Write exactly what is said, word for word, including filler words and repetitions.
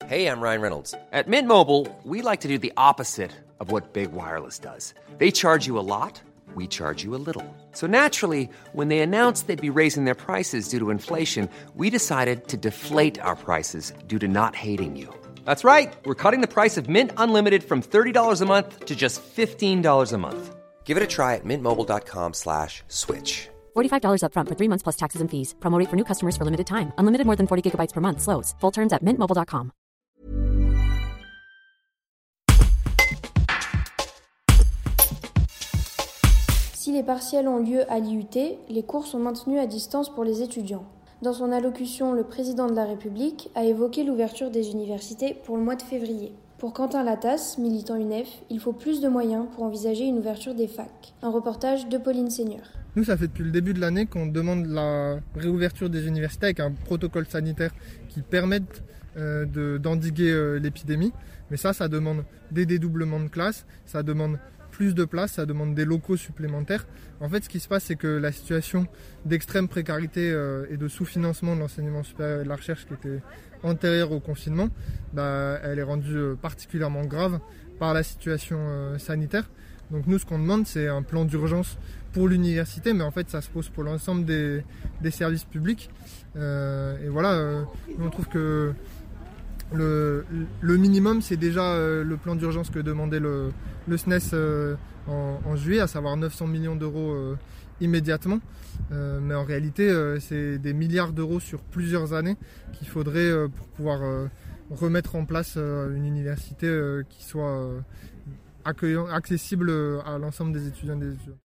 Hey, I'm Ryan Reynolds. At Mint Mobile, we like to do the opposite of what Big Wireless does. They charge you a lot, we charge you a little. So naturally, when they announced they'd be raising their prices due to inflation, we decided to deflate our prices due to not hating you. That's right. We're cutting the price of Mint Unlimited from thirty dollars a month to just fifteen dollars a month. Give it a try at mintmobile.com slash switch. forty-five dollars up front for three months plus taxes and fees. Promo rate for new customers for limited time. Unlimited more than forty gigabytes per month. Slows full terms at mint mobile dot com. Si les partiels ont lieu à l'I U T, les cours sont maintenus à distance pour les étudiants. Dans son allocution, le président de la République a évoqué l'ouverture des universités pour le mois de février. Pour Quentin Latas, militant U N E F, il faut plus de moyens pour envisager une ouverture des facs. Un reportage de Pauline Seigneur. Nous, ça fait depuis le début de l'année qu'on demande la réouverture des universités avec un protocole sanitaire qui permette euh, de, d'endiguer euh, l'épidémie. Mais ça, ça demande des dédoublements de classes, ça demande plus de place, ça demande des locaux supplémentaires. En fait, ce qui se passe, c'est que la situation d'extrême précarité euh, et de sous-financement de l'enseignement supérieur et de la recherche qui était antérieure au confinement, bah, elle est rendue euh, particulièrement grave par la situation euh, sanitaire. Donc nous, ce qu'on demande, c'est un plan d'urgence pour l'université, mais en fait, ça se pose pour l'ensemble des, des services publics. Euh, et voilà, euh, nous, on trouve que le, le minimum, c'est déjà euh, le plan d'urgence que demandait le, le S N E S euh, en, en juillet, à savoir neuf cents millions d'euros euh, immédiatement. Euh, mais en réalité, euh, c'est des milliards d'euros sur plusieurs années qu'il faudrait euh, pour pouvoir euh, remettre en place euh, une université euh, qui soit euh, accueillant, accessible à l'ensemble des étudiants et des étudiants.